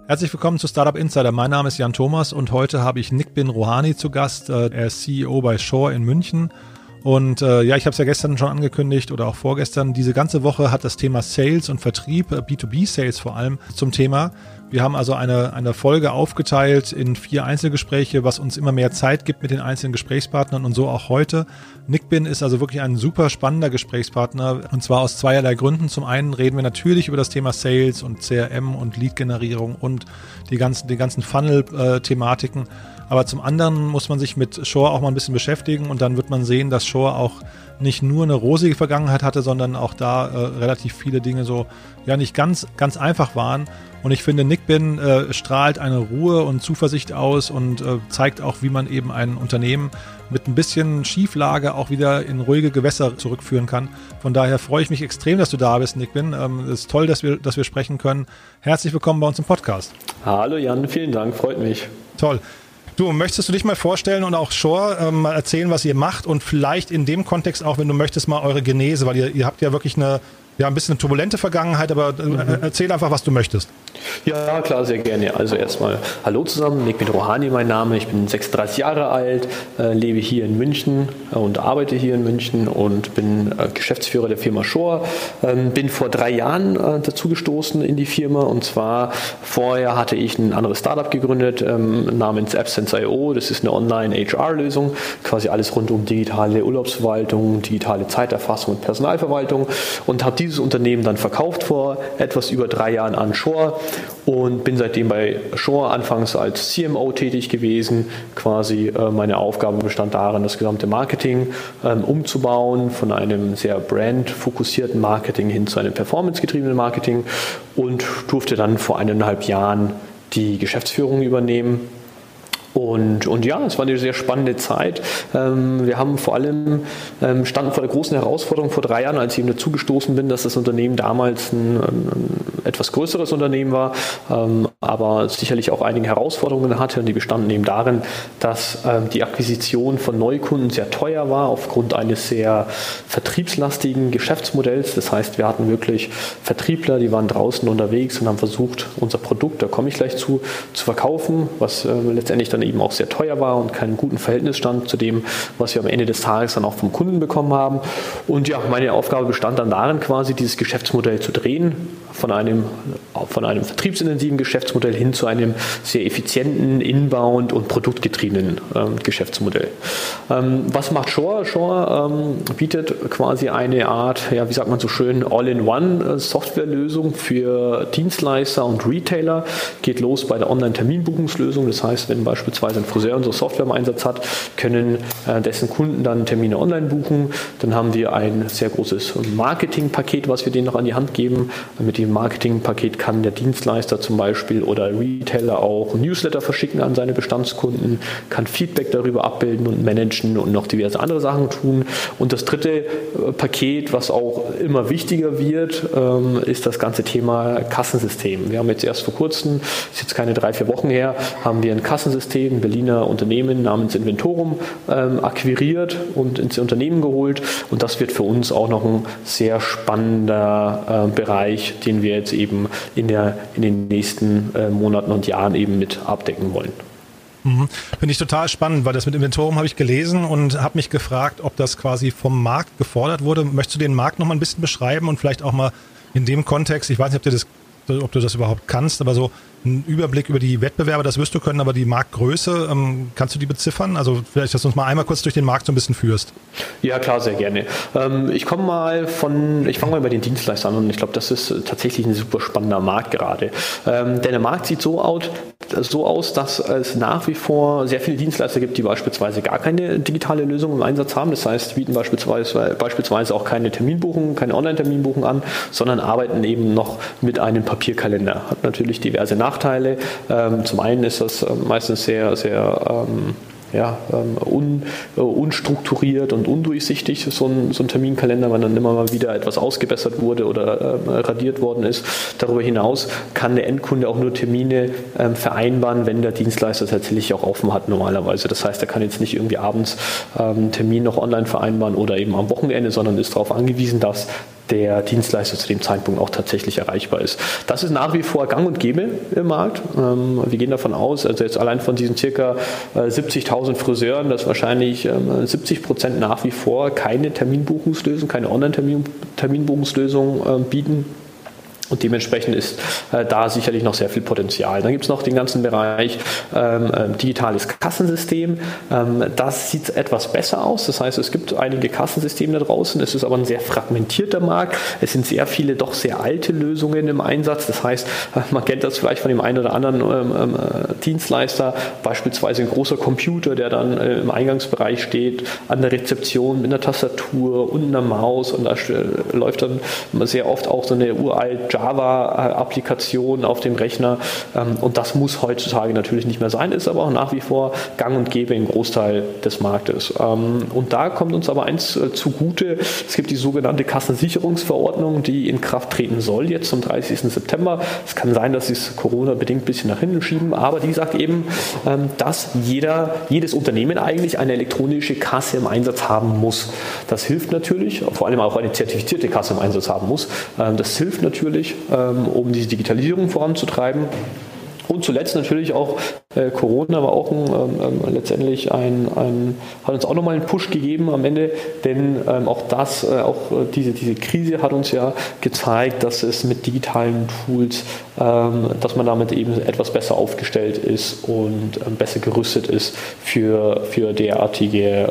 Herzlich willkommen zu Startup Insider. Mein Name ist Jan Thomas und heute habe ich Nick-Bin Rouhani zu Gast. Er ist CEO bei Sure in München. Und ich habe es ja gestern schon angekündigt oder auch vorgestern. Diese ganze Woche hat das Thema Sales und Vertrieb, B2B-Sales vor allem, zum Thema. Wir haben also eine Folge aufgeteilt in 4 Einzelgespräche, was uns immer mehr Zeit gibt mit den einzelnen Gesprächspartnern und so auch heute. Nick-Bin ist also wirklich ein super spannender Gesprächspartner und zwar aus zweierlei Gründen. Zum einen reden wir natürlich über das Thema Sales und CRM und Lead-Generierung und die ganzen Funnel-Thematiken. Aber zum anderen muss man sich mit Sure auch mal ein bisschen beschäftigen und dann wird man sehen, dass Sure auch nicht nur eine rosige Vergangenheit hatte, sondern auch da relativ viele Dinge so nicht ganz einfach waren. Und ich finde, Nick-Bin strahlt eine Ruhe und Zuversicht aus und zeigt auch, wie man eben ein Unternehmen mit ein bisschen Schieflage auch wieder in ruhige Gewässer zurückführen kann. Von daher freue ich mich extrem, dass du da bist, Nick-Bin. Es ist toll, dass wir sprechen können. Herzlich willkommen bei uns im Podcast. Hallo Jan, vielen Dank, freut mich. Toll. Du, möchtest du dich mal vorstellen und auch Sure mal erzählen, was ihr macht und vielleicht in dem Kontext auch, wenn du möchtest, mal eure Genese, weil ihr habt ja wirklich ein bisschen eine turbulente Vergangenheit, aber erzähl einfach, was du möchtest. Ja, klar, sehr gerne. Also erstmal hallo zusammen, Nick-Bin Rouhani mein Name, ich bin 36 Jahre alt, lebe hier in München und arbeite hier in München und bin Geschäftsführer der Firma Sure. Bin vor 3 Jahren dazu gestoßen in die Firma und zwar vorher hatte ich ein anderes Startup gegründet namens AppSense.io. Das ist eine Online-HR-Lösung, quasi alles rund um digitale Urlaubsverwaltung, digitale Zeiterfassung und Personalverwaltung und habe dieses Unternehmen dann verkauft vor etwas über 3 Jahren an Sure und bin seitdem bei Sure anfangs als CMO tätig gewesen. Quasi meine Aufgabe bestand darin, das gesamte Marketing umzubauen, von einem sehr brandfokussierten Marketing hin zu einem performancegetriebenen Marketing und durfte dann vor 1,5 Jahren die Geschäftsführung übernehmen. Und ja, es war eine sehr spannende Zeit. Wir haben vor allem standen vor der großen Herausforderung vor 3 Jahren, als ich eben dazugestoßen bin, dass das Unternehmen damals ein etwas größeres Unternehmen war, aber sicherlich auch einige Herausforderungen hatte. Und die bestanden eben darin, dass die Akquisition von Neukunden sehr teuer war aufgrund eines sehr vertriebslastigen Geschäftsmodells. Das heißt, wir hatten wirklich Vertriebler, die waren draußen unterwegs und haben versucht, unser Produkt, da komme ich gleich zu verkaufen, was letztendlich dann eben auch sehr teuer war und keinem guten Verhältnis stand zu dem, was wir am Ende des Tages dann auch vom Kunden bekommen haben. Und ja, meine Aufgabe bestand dann darin, quasi dieses Geschäftsmodell zu drehen, von einem vertriebsintensiven Geschäftsmodell hin zu einem sehr effizienten, inbound und produktgetriebenen Geschäftsmodell. Was macht Sure? Sure bietet quasi eine Art, wie sagt man so schön, All-in-One Softwarelösung für Dienstleister und Retailer. Geht los bei der Online-Terminbuchungslösung. Das heißt, wenn beispielsweise ein Friseur unsere Software im Einsatz hat, können dessen Kunden dann Termine online buchen. Dann haben wir ein sehr großes Marketingpaket, was wir denen noch an die Hand geben. Mit dem Marketingpaket kann der Dienstleister zum Beispiel oder Retailer auch Newsletter verschicken an seine Bestandskunden, kann Feedback darüber abbilden und managen und noch diverse andere Sachen tun. Und das dritte Paket, was auch immer wichtiger wird, ist das ganze Thema Kassensystem. Wir haben jetzt erst vor kurzem, ist jetzt keine 3-4 Wochen her, haben wir ein Kassensystem, ein Berliner Unternehmen namens Inventorum akquiriert und ins Unternehmen geholt. Und das wird für uns auch noch ein sehr spannender Bereich, den wir jetzt eben in den nächsten Monaten und Jahren eben mit abdecken wollen. Finde ich total spannend, weil das mit Inventorum habe ich gelesen und habe mich gefragt, ob das quasi vom Markt gefordert wurde. Möchtest du den Markt noch mal ein bisschen beschreiben und vielleicht auch mal in dem Kontext, ich weiß nicht, ob du das überhaupt kannst, aber so einen Überblick über die Wettbewerber, das wirst du können, aber die Marktgröße, kannst du die beziffern? Also vielleicht, dass du uns mal einmal kurz durch den Markt so ein bisschen führst. Ja, klar, sehr gerne. Ich fange mal bei den Dienstleistern an und ich glaube, das ist tatsächlich ein super spannender Markt gerade. Denn der Markt sieht so aus, dass es nach wie vor sehr viele Dienstleister gibt, die beispielsweise gar keine digitale Lösung im Einsatz haben. Das heißt, bieten beispielsweise auch keine Terminbuchung, keine Online-Terminbuchung an, sondern arbeiten eben noch mit einem Papierkalender. Hat natürlich diverse Nachteile. Zum einen ist das meistens sehr, sehr unstrukturiert und undurchsichtig, so ein Terminkalender, wenn dann immer mal wieder etwas ausgebessert wurde oder radiert worden ist. Darüber hinaus kann der Endkunde auch nur Termine vereinbaren, wenn der Dienstleister tatsächlich auch offen hat normalerweise. Das heißt, er kann jetzt nicht irgendwie abends einen Termin noch online vereinbaren oder eben am Wochenende, sondern ist darauf angewiesen, dass der Dienstleister zu dem Zeitpunkt auch tatsächlich erreichbar ist. Das ist nach wie vor gang und gäbe im Markt. Wir gehen davon aus, also jetzt allein von diesen circa 70.000 Friseuren, dass wahrscheinlich 70% nach wie vor keine Terminbuchungslösung, keine Online-Terminbuchungslösung bieten. Und dementsprechend ist da sicherlich noch sehr viel Potenzial. Dann gibt es noch den ganzen Bereich digitales Kassensystem. Das sieht etwas besser aus. Das heißt, es gibt einige Kassensysteme da draußen. Es ist aber ein sehr fragmentierter Markt. Es sind sehr viele doch sehr alte Lösungen im Einsatz. Das heißt, man kennt das vielleicht von dem einen oder anderen Dienstleister, beispielsweise ein großer Computer, der dann im Eingangsbereich steht, an der Rezeption mit einer Tastatur und einer Maus. Und da läuft dann sehr oft auch so eine uralte Java-Applikation auf dem Rechner, und das muss heutzutage natürlich nicht mehr sein, ist aber auch nach wie vor gang und gäbe im Großteil des Marktes. Und da kommt uns aber eins zugute: Es gibt die sogenannte Kassensicherungsverordnung, die in Kraft treten soll jetzt zum 30. September. Es kann sein, dass sie es Corona-bedingt ein bisschen nach hinten schieben, aber die sagt eben, dass jedes Unternehmen eigentlich eine elektronische Kasse im Einsatz haben muss. Das hilft natürlich, vor allem auch eine zertifizierte Kasse im Einsatz haben muss. Das hilft natürlich, um diese Digitalisierung voranzutreiben. Und zuletzt natürlich auch Corona war auch letztendlich hat uns auch nochmal einen Push gegeben am Ende, denn diese Krise hat uns ja gezeigt, dass es mit digitalen Tools, dass man damit eben etwas besser aufgestellt ist und besser gerüstet ist für derartige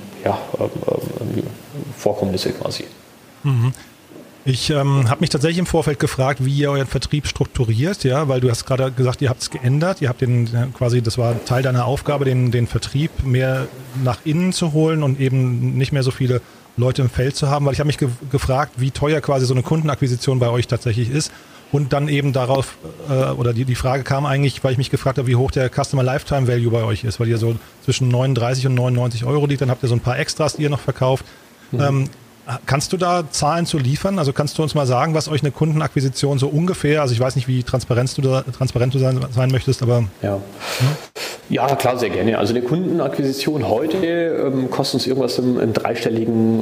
Vorkommnisse quasi. Mhm. Ich habe mich tatsächlich im Vorfeld gefragt, wie ihr euren Vertrieb strukturiert, ja, weil du hast gerade gesagt, ihr habt es geändert, ihr habt das war Teil deiner Aufgabe, den Vertrieb mehr nach innen zu holen und eben nicht mehr so viele Leute im Feld zu haben, weil ich habe mich gefragt, wie teuer quasi so eine Kundenakquisition bei euch tatsächlich ist, und dann eben darauf, die Frage kam eigentlich, weil ich mich gefragt habe, wie hoch der Customer Lifetime Value bei euch ist, weil ihr so zwischen 39 und 99 Euro liegt, dann habt ihr so ein paar Extras, die ihr noch verkauft. Kannst du da Zahlen zu liefern? Also kannst du uns mal sagen, was euch eine Kundenakquisition so ungefähr, also ich weiß nicht, wie transparent du sein möchtest, aber... Ja, klar, sehr gerne. Also eine Kundenakquisition heute kostet uns irgendwas im dreistelligen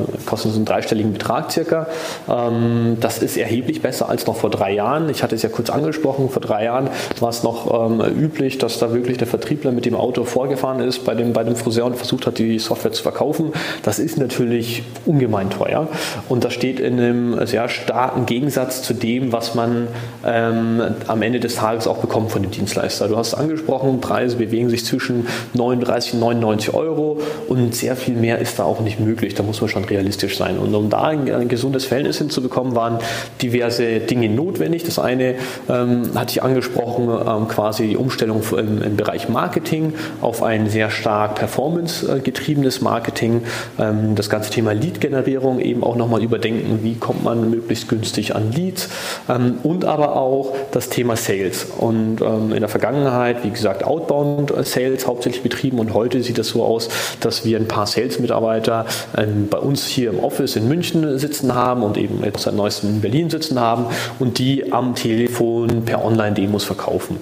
Betrag circa. Das ist erheblich besser als noch vor 3 Jahren. Ich hatte es ja kurz angesprochen, vor 3 Jahren war es noch üblich, dass da wirklich der Vertriebler mit dem Auto vorgefahren ist bei dem Friseur und versucht hat, die Software zu verkaufen. Das ist natürlich ungemein teuer und das steht in einem sehr starken Gegensatz zu dem, was man am Ende des Tages auch bekommt von dem Dienstleister. Du hast angesprochen, Preise bewegen sich zwischen 39 und 99 Euro und sehr viel mehr ist da auch nicht möglich. Da muss man schon realistisch sein. Und um da ein gesundes Verhältnis hinzubekommen, waren diverse Dinge notwendig. Das eine hatte ich angesprochen, quasi die Umstellung im Bereich Marketing auf ein sehr stark performance-getriebenes Marketing. Das ganze Thema Lead-Generierung eben auch nochmal überdenken, wie kommt man möglichst günstig an Leads, und aber auch das Thema Sales. Und in der Vergangenheit, wie gesagt, Outbound Sales hauptsächlich betrieben, und heute sieht es so aus, dass wir ein paar Sales-Mitarbeiter bei uns hier im Office in München sitzen haben und eben jetzt seit neuestem in Berlin sitzen haben und die am Telefon per Online-Demos verkaufen.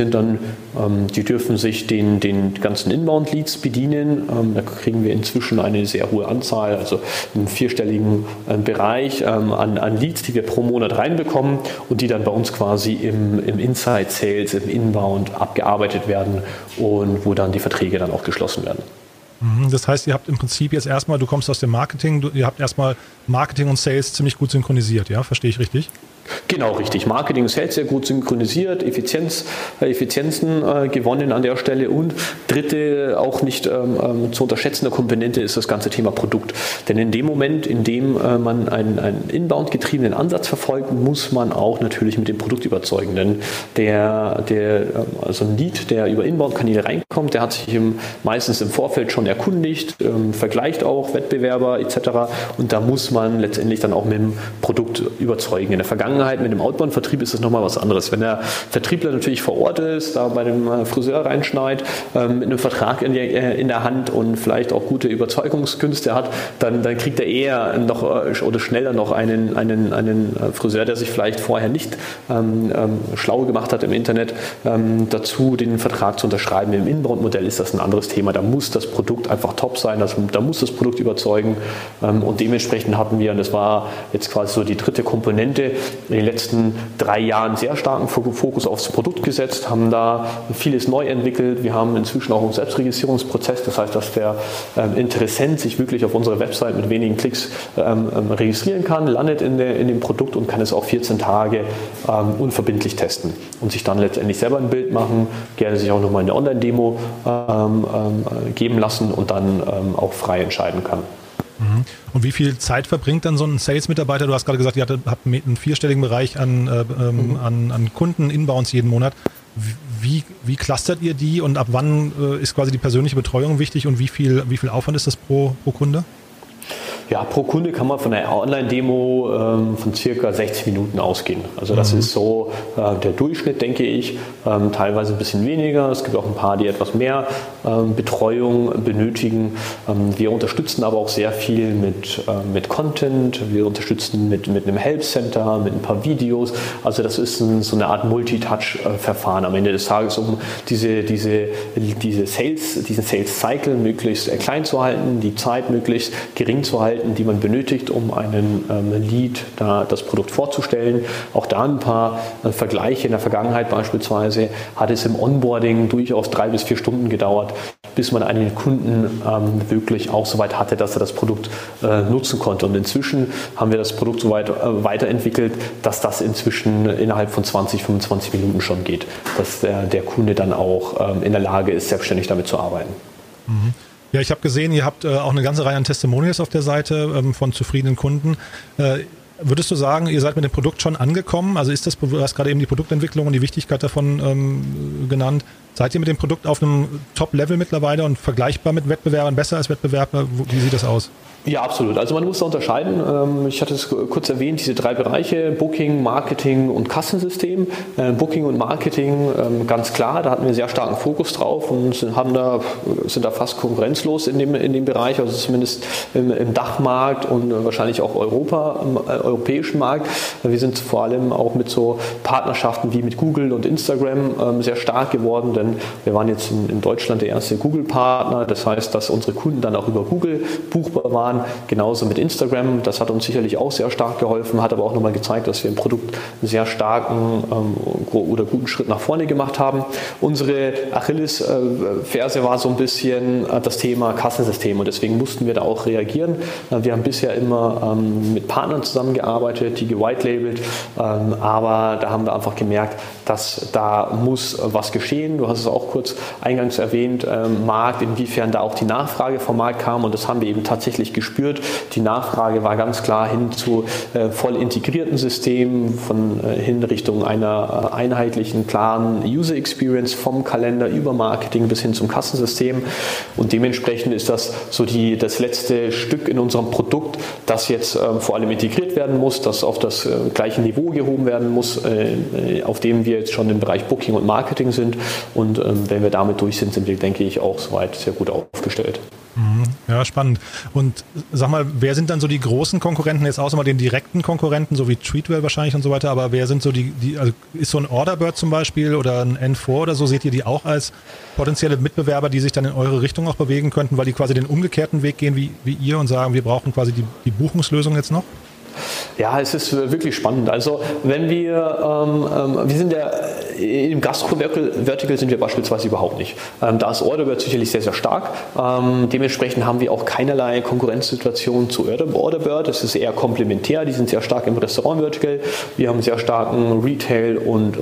Die dürfen sich den ganzen Inbound-Leads bedienen. Da kriegen wir inzwischen eine sehr hohe Anzahl, also im 4-stelligen Bereich an Leads, die wir pro Monat reinbekommen und die dann bei uns quasi im Inside-Sales, im Inbound abgearbeitet werden und wo dann die Verträge dann auch geschlossen werden. Das heißt, ihr habt im Prinzip jetzt erstmal, du kommst aus dem Marketing, ihr habt erstmal Marketing und Sales ziemlich gut synchronisiert, ja? Verstehe ich richtig? Genau, richtig. Marketing und Sales sehr gut synchronisiert, Effizienzen gewonnen an der Stelle, und dritte, auch nicht zu unterschätzende Komponente ist das ganze Thema Produkt. Denn in dem Moment, in dem man einen inbound-getriebenen Ansatz verfolgt, muss man auch natürlich mit dem Produkt überzeugen. Denn also ein Lead, der über Inbound-Kanäle reinkommt, der hat sich meistens im Vorfeld schon erkundigt, vergleicht auch Wettbewerber etc. Und da muss man letztendlich dann auch mit dem Produkt überzeugen. In der Vergangenheit Mit dem Outbound-Vertrieb ist das nochmal was anderes. Wenn der Vertriebler natürlich vor Ort ist, da bei dem Friseur reinschneit, mit einem Vertrag in der Hand und vielleicht auch gute Überzeugungskünste hat, dann kriegt er eher noch oder schneller noch einen Friseur, der sich vielleicht vorher nicht schlau gemacht hat im Internet, dazu den Vertrag zu unterschreiben. Im Inbound-Modell ist das ein anderes Thema. Da muss das Produkt einfach top sein, da muss das Produkt überzeugen und dementsprechend hatten wir, und das war jetzt quasi so die dritte Komponente, in den letzten 3 Jahren sehr starken Fokus aufs Produkt gesetzt, haben da vieles neu entwickelt. Wir haben inzwischen auch einen Selbstregistrierungsprozess, das heißt, dass der Interessent sich wirklich auf unserer Website mit wenigen Klicks registrieren kann, landet in dem Produkt und kann es auch 14 Tage unverbindlich testen und sich dann letztendlich selber ein Bild machen, gerne sich auch nochmal eine Online-Demo geben lassen und dann auch frei entscheiden kann. Und wie viel Zeit verbringt dann so ein Sales-Mitarbeiter? Du hast gerade gesagt, ihr habt einen 4-stelligen Bereich an Kunden inbounds jeden Monat. Wie clustert ihr die und ab wann ist quasi die persönliche Betreuung wichtig und wie viel Aufwand ist das pro Kunde? Ja, pro Kunde kann man von einer Online-Demo von circa 60 Minuten ausgehen. Also das ist so der Durchschnitt, denke ich. Teilweise ein bisschen weniger. Es gibt auch ein paar, die etwas mehr Betreuung benötigen. Wir unterstützen aber auch sehr viel mit Content. Wir unterstützen mit einem Help Center, mit ein paar Videos. Also das ist so eine Art Multi-Touch-Verfahren am Ende des Tages, um diesen Sales-Cycle möglichst klein zu halten, die Zeit möglichst gering zu halten, die man benötigt, um einen Lead, das Produkt vorzustellen. Auch da ein paar Vergleiche. In der Vergangenheit beispielsweise hat es im Onboarding durchaus 3 bis 4 Stunden gedauert, bis man einen Kunden wirklich auch so weit hatte, dass er das Produkt nutzen konnte. Und inzwischen haben wir das Produkt so weit weiterentwickelt, dass das inzwischen innerhalb von 20, 25 Minuten schon geht, dass der Kunde dann auch in der Lage ist, selbstständig damit zu arbeiten. Mhm. Ja, ich habe gesehen, ihr habt auch eine ganze Reihe an Testimonials auf der Seite von zufriedenen Kunden. Würdest du sagen, ihr seid mit dem Produkt schon angekommen? Also ist das, du hast gerade eben die Produktentwicklung und die Wichtigkeit davon genannt. Seid ihr mit dem Produkt auf einem Top-Level mittlerweile und vergleichbar mit Wettbewerbern, besser als Wettbewerber? Wie sieht das aus? Ja, absolut. Also man muss da unterscheiden. Ich hatte es kurz erwähnt, diese 3 Bereiche, Booking, Marketing und Kassensystem. Booking und Marketing, ganz klar, da hatten wir sehr starken Fokus drauf und sind da fast konkurrenzlos in dem Bereich, also zumindest im Dachmarkt und wahrscheinlich auch im europäischen Markt. Wir sind vor allem auch mit so Partnerschaften wie mit Google und Instagram sehr stark geworden, denn wir waren jetzt in Deutschland der erste Google-Partner. Das heißt, dass unsere Kunden dann auch über Google buchbar waren. Genauso mit Instagram, das hat uns sicherlich auch sehr stark geholfen, hat aber auch nochmal gezeigt, dass wir im Produkt einen sehr starken oder guten Schritt nach vorne gemacht haben. Unsere Achillesferse war so ein bisschen das Thema Kassensystem und deswegen mussten wir da auch reagieren. Wir haben bisher immer mit Partnern zusammengearbeitet, die gewhitelabelt, aber da haben wir einfach gemerkt, dass da muss was geschehen. Du hast es auch kurz eingangs erwähnt, Markt, inwiefern da auch die Nachfrage vom Markt kam und das haben wir eben tatsächlich gespürt. Die Nachfrage war ganz klar hin zu voll integrierten Systemen, hin Richtung einer einheitlichen, klaren User Experience vom Kalender über Marketing bis hin zum Kassensystem. Und dementsprechend ist das so das letzte Stück in unserem Produkt, das jetzt vor allem integriert werden muss, das auf das gleiche Niveau gehoben werden muss, auf dem wir jetzt schon im Bereich Booking und Marketing sind. Und wenn wir damit durch sind, sind wir, denke ich, auch soweit sehr gut aufgestellt. Ja, spannend. Und sag mal, wer sind dann so die großen Konkurrenten, jetzt außer mal den direkten Konkurrenten, so wie Treatwell wahrscheinlich und so weiter, aber wer sind so also ist so ein Orderbird zum Beispiel oder ein N4 oder so, seht ihr die auch als potenzielle Mitbewerber, die sich dann in eure Richtung auch bewegen könnten, weil die quasi den umgekehrten Weg gehen wie ihr und sagen, wir brauchen quasi die Buchungslösung jetzt noch? Ja, es ist wirklich spannend. Also wenn wir sind ja im Gastro-Vertical sind wir beispielsweise überhaupt nicht. Da ist Orderbird sicherlich sehr, sehr stark. Dementsprechend haben wir auch keinerlei Konkurrenzsituation zu Orderbird. Das ist eher komplementär. Die sind sehr stark im Restaurant-Vertical. Wir haben einen sehr starken Retail- und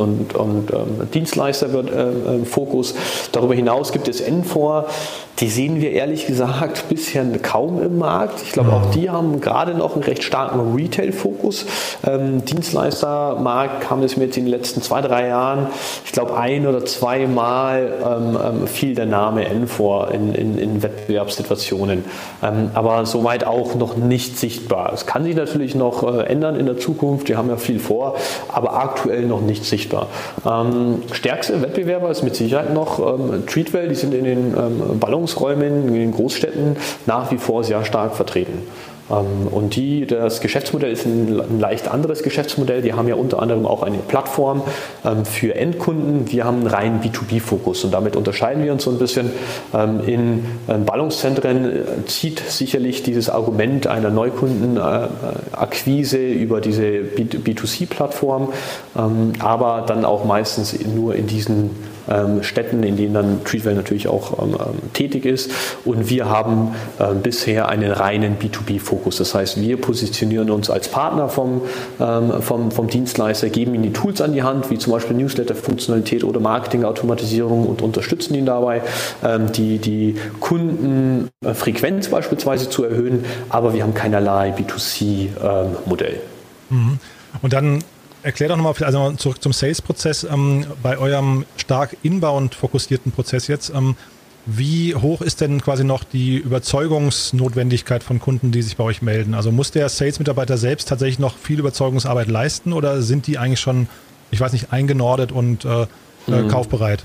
Dienstleister-Fokus. Darüber hinaus gibt es N4. Die sehen wir ehrlich gesagt bisher kaum im Markt. Ich glaube, auch die haben gerade noch einen recht starken Retail-Fokus. Dienstleistermarkt kam es mir jetzt in den letzten 2-3 Jahren Jahren, ich glaube, 1 oder 2 Mal fiel der Name N vor in Wettbewerbssituationen, aber soweit auch noch nicht sichtbar. Es kann sich natürlich noch ändern in der Zukunft, wir haben ja viel vor, aber aktuell noch nicht sichtbar. Stärkste Wettbewerber ist mit Sicherheit noch Treatwell, die sind in den Ballungsräumen, in den Großstädten nach wie vor sehr stark vertreten. Und das Geschäftsmodell ist ein leicht anderes Geschäftsmodell. Die haben ja unter anderem auch eine Plattform für Endkunden. Wir haben einen reinen B2B-Fokus und damit unterscheiden wir uns so ein bisschen. In Ballungszentren zieht sicherlich dieses Argument einer Neukundenakquise über diese B2C-Plattform, aber dann auch meistens nur in diesen Städten, in denen dann Treatwell natürlich auch tätig ist. Und wir haben bisher einen reinen B2B-Fokus. Das heißt, wir positionieren uns als Partner vom Dienstleister, geben ihnen die Tools an die Hand, wie zum Beispiel Newsletter-Funktionalität oder Marketing-Automatisierung und unterstützen ihn dabei, die Kundenfrequenz beispielsweise zu erhöhen. Aber wir haben keinerlei B2C-Modell. Und dann erklär doch nochmal, also zurück zum Sales-Prozess, bei eurem stark inbound fokussierten Prozess jetzt, wie hoch ist denn quasi noch die Überzeugungsnotwendigkeit von Kunden, die sich bei euch melden? Also muss der Sales-Mitarbeiter selbst tatsächlich noch viel Überzeugungsarbeit leisten oder sind die eigentlich schon, ich weiß nicht, eingenordet und kaufbereit?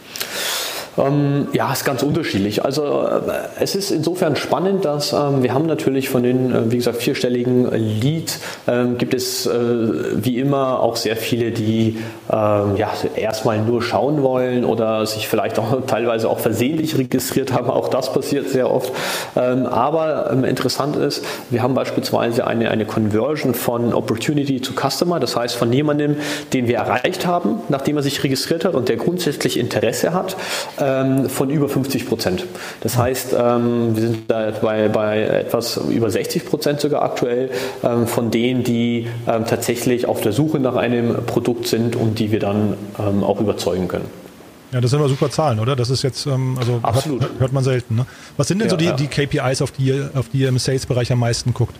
Ja, ist ganz unterschiedlich. Also es ist insofern spannend, dass wir haben natürlich von den, wie gesagt, 4-stelligen Leads, gibt es wie immer auch sehr viele, die erstmal nur schauen wollen oder sich vielleicht auch teilweise auch versehentlich registriert haben. Auch das passiert sehr oft. Aber interessant ist, wir haben beispielsweise eine Conversion von Opportunity zu Customer, das heißt von jemandem, den wir erreicht haben, nachdem er sich registriert hat und der grundsätzlich Interesse hat, von über 50%. Das heißt, wir sind da bei etwas über 60% sogar aktuell von denen, die tatsächlich auf der Suche nach einem Produkt sind und die wir dann auch überzeugen können. Ja, das sind aber super Zahlen, oder? Das ist jetzt, Absolut. Hört man selten. Ne? Was sind denn die KPIs, auf die ihr im Sales-Bereich am meisten guckt?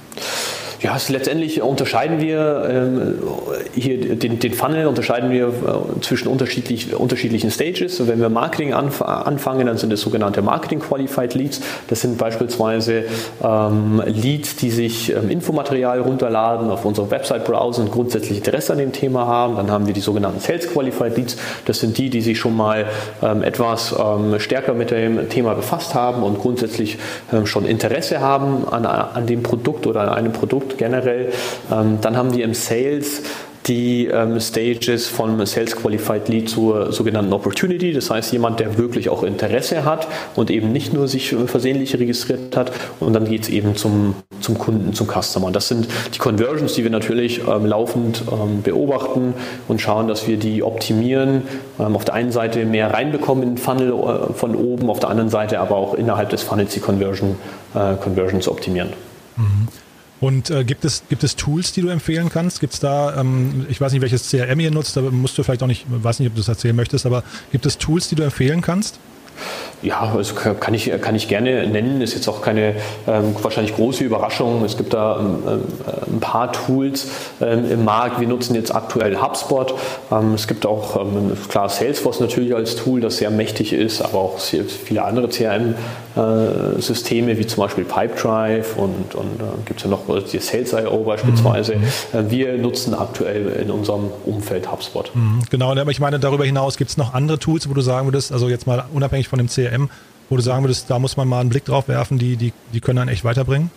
Ja, letztendlich unterscheiden wir hier den Funnel unterscheiden wir zwischen unterschiedlichen Stages. Wenn wir Marketing anfangen, dann sind es sogenannte Marketing Qualified Leads. Das sind beispielsweise Leads, die sich Infomaterial runterladen, auf unserer Website browsen und grundsätzlich Interesse an dem Thema haben. Dann haben wir die sogenannten Sales Qualified Leads. Das sind die sich schon mal etwas stärker mit dem Thema befasst haben und grundsätzlich schon Interesse haben an dem Produkt oder an einem Produkt generell. Dann haben wir im Sales die Stages vom Sales Qualified Lead zur sogenannten Opportunity. Das heißt, jemand, der wirklich auch Interesse hat und eben nicht nur sich versehentlich registriert hat. Und dann geht es eben zum Kunden, zum Customer. Das sind die Conversions, die wir natürlich laufend beobachten und schauen, dass wir die optimieren. Auf der einen Seite mehr reinbekommen in den Funnel von oben, auf der anderen Seite aber auch innerhalb des Funnels die Conversions optimieren. Mhm. Und gibt es Tools, die du empfehlen kannst? Gibt es da, ich weiß nicht, welches CRM ihr nutzt, da musst du vielleicht auch nicht, weiß nicht, ob du das erzählen möchtest, aber gibt es Tools, die du empfehlen kannst? Ja, also kann ich gerne nennen, ist jetzt auch keine wahrscheinlich große Überraschung. Es gibt da ein paar Tools im Markt. Wir nutzen jetzt aktuell HubSpot. Es gibt auch klar Salesforce natürlich als Tool, das sehr mächtig ist, aber auch sehr viele andere CRM-Systeme wie zum Beispiel Pipedrive und gibt es ja noch die Sales.io beispielsweise. Wir nutzen aktuell in unserem Umfeld HubSpot. Genau, aber ich meine, darüber hinaus gibt es noch andere Tools, wo du sagen würdest, also jetzt mal unabhängig von dem CRM, wo du sagen würdest, da muss man mal einen Blick drauf werfen, die können einen echt weiterbringen?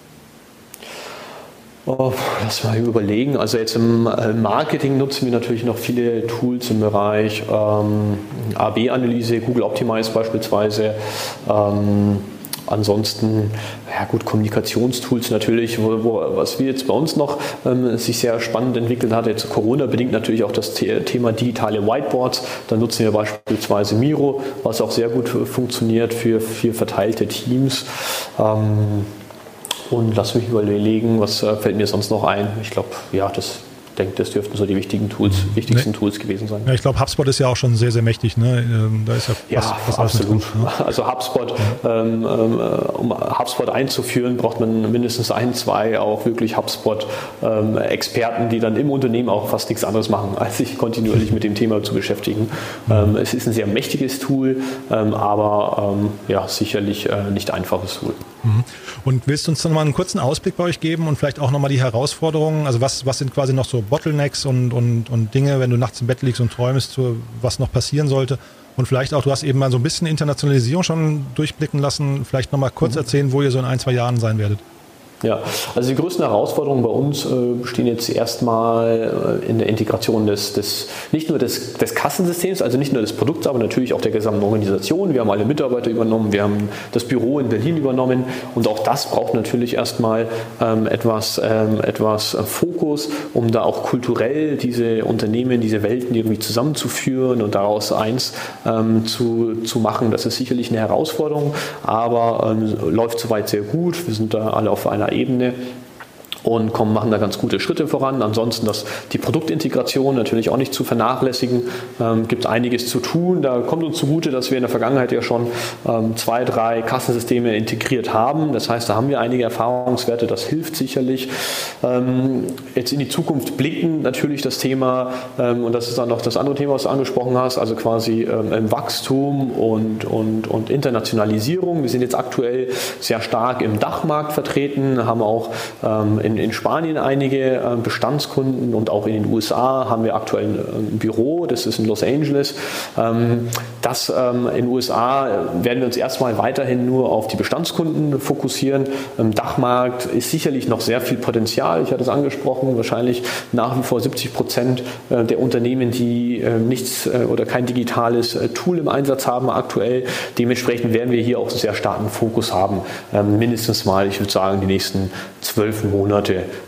Lass mal überlegen. Also jetzt im Marketing nutzen wir natürlich noch viele Tools im Bereich AB-Analyse, Google Optimize beispielsweise. Ansonsten, ja gut, Kommunikationstools natürlich, was wir jetzt bei uns noch sich sehr spannend entwickelt hat, jetzt Corona-bedingt natürlich auch das Thema digitale Whiteboards. Da nutzen wir beispielsweise Miro, was auch sehr gut funktioniert für verteilte Teams. Und lass mich überlegen, was fällt mir sonst noch ein. Ich glaube, ja, das denke, das dürften so die wichtigsten Tools gewesen sein. Ja, ich glaube, HubSpot ist ja auch schon sehr, sehr mächtig. Ne? Da ist ja was absolut. Drin, ne? Also HubSpot, um HubSpot einzuführen, braucht man mindestens 1, 2 auch wirklich HubSpot-Experten, die dann im Unternehmen auch fast nichts anderes machen, als sich kontinuierlich mit dem Thema zu beschäftigen. Es ist ein sehr mächtiges Tool, aber sicherlich nicht einfaches Tool. Und willst du uns dann mal einen kurzen Ausblick bei euch geben und vielleicht auch nochmal die Herausforderungen? Also was sind quasi noch so Bottlenecks und Dinge, wenn du nachts im Bett liegst und träumst, was noch passieren sollte? Und vielleicht auch, du hast eben mal so ein bisschen Internationalisierung schon durchblicken lassen, vielleicht nochmal kurz erzählen, wo ihr so in 1, 2 Jahren sein werdet. Ja, also die größten Herausforderungen bei uns bestehen jetzt erstmal in der Integration nicht nur des Kassensystems, also nicht nur des Produkts, aber natürlich auch der gesamten Organisation. Wir haben alle Mitarbeiter übernommen, wir haben das Büro in Berlin übernommen und auch das braucht natürlich erstmal etwas Fokus, um da auch kulturell diese Unternehmen, diese Welten irgendwie zusammenzuführen und daraus eins zu machen. Das ist sicherlich eine Herausforderung, aber läuft soweit sehr gut. Wir sind da alle auf einer Ebene und machen da ganz gute Schritte voran. Ansonsten die Produktintegration natürlich auch nicht zu vernachlässigen. Gibt einiges zu tun. Da kommt uns zugute, dass wir in der Vergangenheit ja schon 2, 3 Kassensysteme integriert haben. Das heißt, da haben wir einige Erfahrungswerte. Das hilft sicherlich. Jetzt in die Zukunft blicken natürlich das Thema, und das ist dann noch das andere Thema, was du angesprochen hast, also quasi Wachstum und Internationalisierung. Wir sind jetzt aktuell sehr stark im Dachmarkt vertreten, haben auch in Spanien einige Bestandskunden und auch in den USA haben wir aktuell ein Büro, das ist in Los Angeles. In den USA werden wir uns erstmal weiterhin nur auf die Bestandskunden fokussieren. Im Dachmarkt ist sicherlich noch sehr viel Potenzial, ich hatte es angesprochen, wahrscheinlich nach wie vor 70% der Unternehmen, die nichts oder kein digitales Tool im Einsatz haben aktuell. Dementsprechend werden wir hier auch einen sehr starken Fokus haben, mindestens mal, ich würde sagen, die nächsten 12 Monate.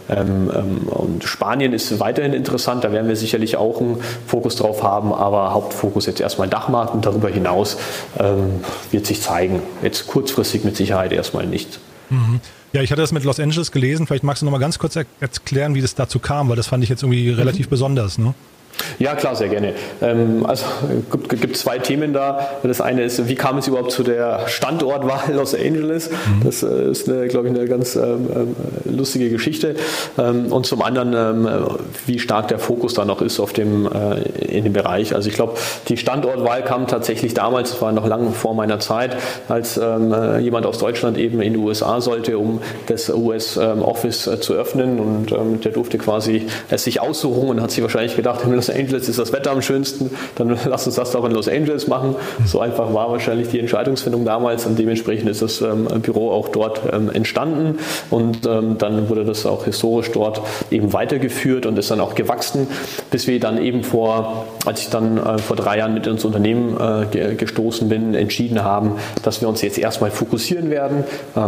Und Spanien ist weiterhin interessant, da werden wir sicherlich auch einen Fokus drauf haben, aber Hauptfokus jetzt erstmal Dachmarkt und darüber hinaus wird sich zeigen. Jetzt kurzfristig mit Sicherheit erstmal nicht. Ja, ich hatte das mit Los Angeles gelesen, vielleicht magst du noch mal ganz kurz erklären, wie das dazu kam, weil das fand ich jetzt irgendwie relativ besonders, ne? Ja, klar, sehr gerne. Also gibt 2 Themen da. Das eine ist, wie kam es überhaupt zu der Standortwahl Los Angeles? Das ist, glaube ich, eine ganz lustige Geschichte. Und zum anderen, wie stark der Fokus da noch ist in dem Bereich. Also ich glaube, die Standortwahl kam tatsächlich damals, das war noch lange vor meiner Zeit, als jemand aus Deutschland eben in die USA sollte, um das US-Office zu öffnen. Und der durfte quasi es sich aussuchen und hat sich wahrscheinlich gedacht, in Los Angeles ist das Wetter am schönsten, dann lass uns das doch in Los Angeles machen. So einfach war wahrscheinlich die Entscheidungsfindung damals und dementsprechend ist das Büro auch dort entstanden und dann wurde das auch historisch dort eben weitergeführt und ist dann auch gewachsen, bis wir dann eben als ich dann vor 3 Jahren mit ins Unternehmen gestoßen bin, entschieden haben, dass wir uns jetzt erstmal fokussieren werden,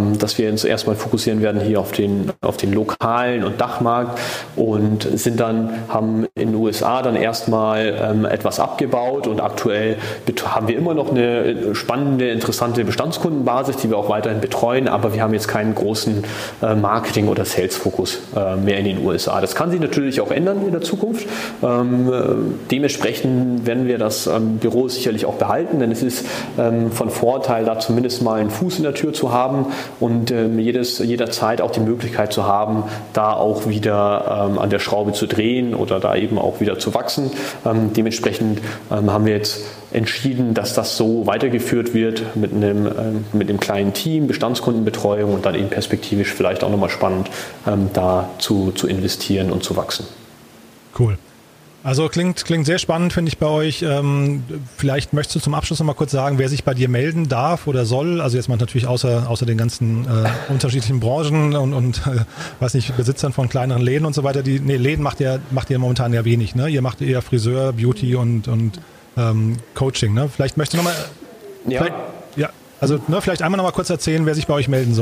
hier auf den lokalen und Dachmarkt und haben in den USA dann erstmal etwas abgebaut und aktuell haben wir immer noch eine spannende, interessante Bestandskundenbasis, die wir auch weiterhin betreuen, aber wir haben jetzt keinen großen Marketing- oder Sales-Fokus mehr in den USA. Das kann sich natürlich auch ändern in der Zukunft. Dementsprechend werden wir das Büro sicherlich auch behalten, denn es ist von Vorteil, da zumindest mal einen Fuß in der Tür zu haben und jederzeit auch die Möglichkeit zu haben, da auch wieder an der Schraube zu drehen oder da eben auch wieder zu wachsen. Dementsprechend haben wir jetzt entschieden, dass das so weitergeführt wird mit einem kleinen Team, Bestandskundenbetreuung und dann eben perspektivisch vielleicht auch nochmal spannend, da zu investieren und zu wachsen. Cool. Also klingt sehr spannend, finde ich bei euch. Vielleicht möchtest du zum Abschluss noch mal kurz sagen, wer sich bei dir melden darf oder soll. Also jetzt mal natürlich außer den ganzen unterschiedlichen Branchen und weiß nicht, Besitzern von kleineren Läden und so weiter. Läden macht ihr momentan ja wenig, ne? Ihr macht eher Friseur, Beauty und Coaching, ne? Vielleicht möchtest du noch mal, vielleicht einmal noch mal kurz erzählen, wer sich bei euch melden soll.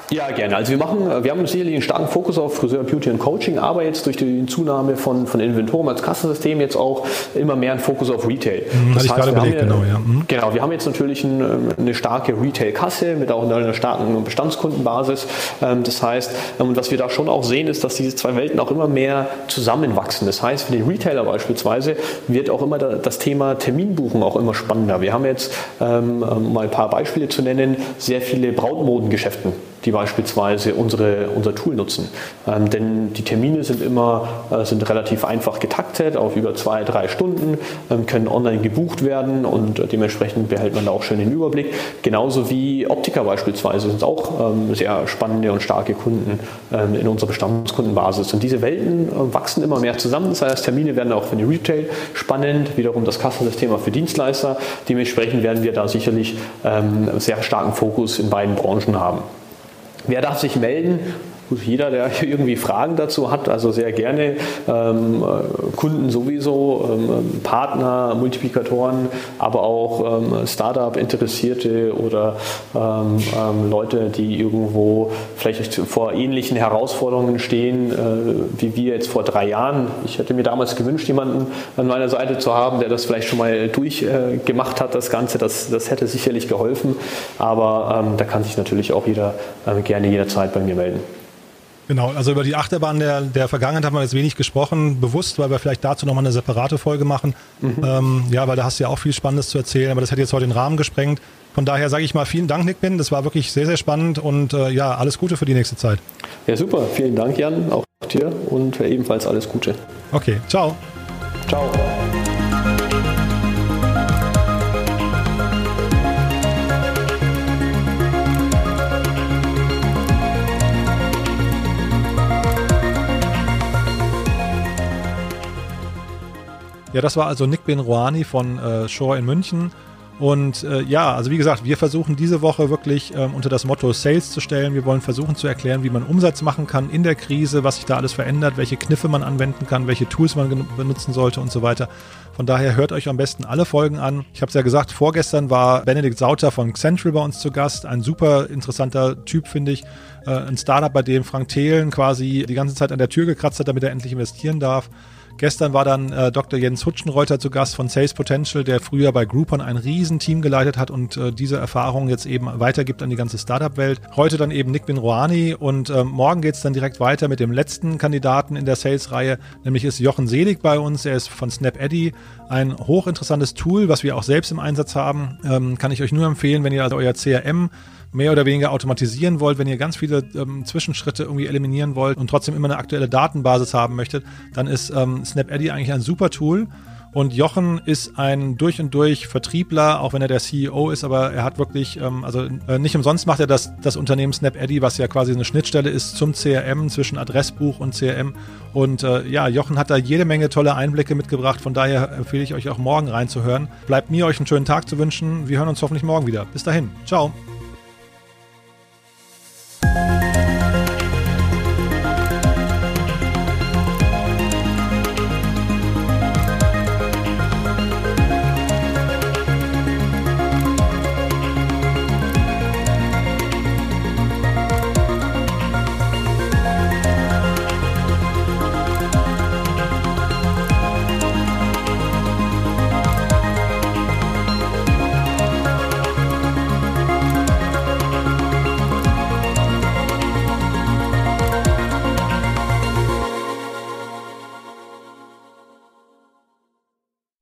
Ja, gerne. Also wir haben sicherlich einen starken Fokus auf Friseur, Beauty und Coaching, aber jetzt durch die Zunahme von Inventorum als Kassensystem jetzt auch immer mehr einen Fokus auf Retail. Das heißt, Genau, wir haben jetzt natürlich eine starke Retail-Kasse mit auch einer starken Bestandskundenbasis. Das heißt, was wir da schon auch sehen, ist, dass diese zwei Welten auch immer mehr zusammenwachsen. Das heißt, für den Retailer beispielsweise wird auch immer das Thema Terminbuchen auch immer spannender. Wir haben jetzt, um mal ein paar Beispiele zu nennen, sehr viele Brautmodengeschäfte, die beispielsweise unser Tool nutzen. Denn die Termine sind relativ einfach getaktet, auf über 2-3 Stunden, können online gebucht werden und dementsprechend behält man da auch schön den Überblick. Genauso wie Optiker beispielsweise sind auch sehr spannende und starke Kunden in unserer Bestandskundenbasis. Und diese Welten wachsen immer mehr zusammen. Das heißt, Termine werden auch für den Retail spannend, wiederum das Kassensystem auch für Dienstleister. Dementsprechend werden wir da sicherlich sehr starken Fokus in beiden Branchen haben. Wer darf sich melden? Gut, jeder, der irgendwie Fragen dazu hat, also sehr gerne. Kunden sowieso, Partner, Multiplikatoren, aber auch Startup-Interessierte oder Leute, die irgendwo vielleicht vor ähnlichen Herausforderungen stehen, wie wir jetzt vor 3 Jahren. Ich hätte mir damals gewünscht, jemanden an meiner Seite zu haben, der das vielleicht schon mal durchgemacht hat, das Ganze. Das hätte sicherlich geholfen, aber da kann sich natürlich auch jeder gerne jederzeit bei mir melden. Genau, also über die Achterbahn der Vergangenheit haben wir jetzt wenig gesprochen, bewusst, weil wir vielleicht dazu nochmal eine separate Folge machen. Weil da hast du ja auch viel Spannendes zu erzählen, aber das hätte jetzt heute den Rahmen gesprengt. Von daher sage ich mal vielen Dank, Nickbin, das war wirklich sehr, sehr spannend und alles Gute für die nächste Zeit. Ja, super, vielen Dank, Jan, auch dir und ebenfalls alles Gute. Okay, ciao. Ciao. Ja, das war also Nickbin Rouhani von Shore in München. Und also wie gesagt, wir versuchen diese Woche wirklich unter das Motto Sales zu stellen. Wir wollen versuchen zu erklären, wie man Umsatz machen kann in der Krise, was sich da alles verändert, welche Kniffe man anwenden kann, welche Tools man benutzen sollte und so weiter. Von daher hört euch am besten alle Folgen an. Ich habe es ja gesagt, vorgestern war Benedikt Sauter von Xentral bei uns zu Gast. Ein super interessanter Typ, finde ich. Ein Startup, bei dem Frank Thelen quasi die ganze Zeit an der Tür gekratzt hat, damit er endlich investieren darf. Gestern war dann Dr. Jens Hutschenreuter zu Gast von Sales Potential, der früher bei Groupon ein Riesenteam geleitet hat und diese Erfahrung jetzt eben weitergibt an die ganze Startup-Welt. Heute dann eben Nickbin Rouhani und morgen geht es dann direkt weiter mit dem letzten Kandidaten in der Sales-Reihe, nämlich ist Jochen Selig bei uns. Er ist von SnapEddy, ein hochinteressantes Tool, was wir auch selbst im Einsatz haben. Kann ich euch nur empfehlen, wenn ihr also euer CRM mehr oder weniger automatisieren wollt, wenn ihr ganz viele Zwischenschritte irgendwie eliminieren wollt und trotzdem immer eine aktuelle Datenbasis haben möchtet, dann ist SnapEddy eigentlich ein super Tool. Und Jochen ist ein durch und durch Vertriebler, auch wenn er der CEO ist, aber er hat wirklich, nicht umsonst macht er das Unternehmen SnapEddy, was ja quasi eine Schnittstelle ist zum CRM, zwischen Adressbuch und CRM. Und Jochen hat da jede Menge tolle Einblicke mitgebracht, von daher empfehle ich euch auch morgen reinzuhören. Bleibt mir, euch einen schönen Tag zu wünschen. Wir hören uns hoffentlich morgen wieder. Bis dahin. Ciao.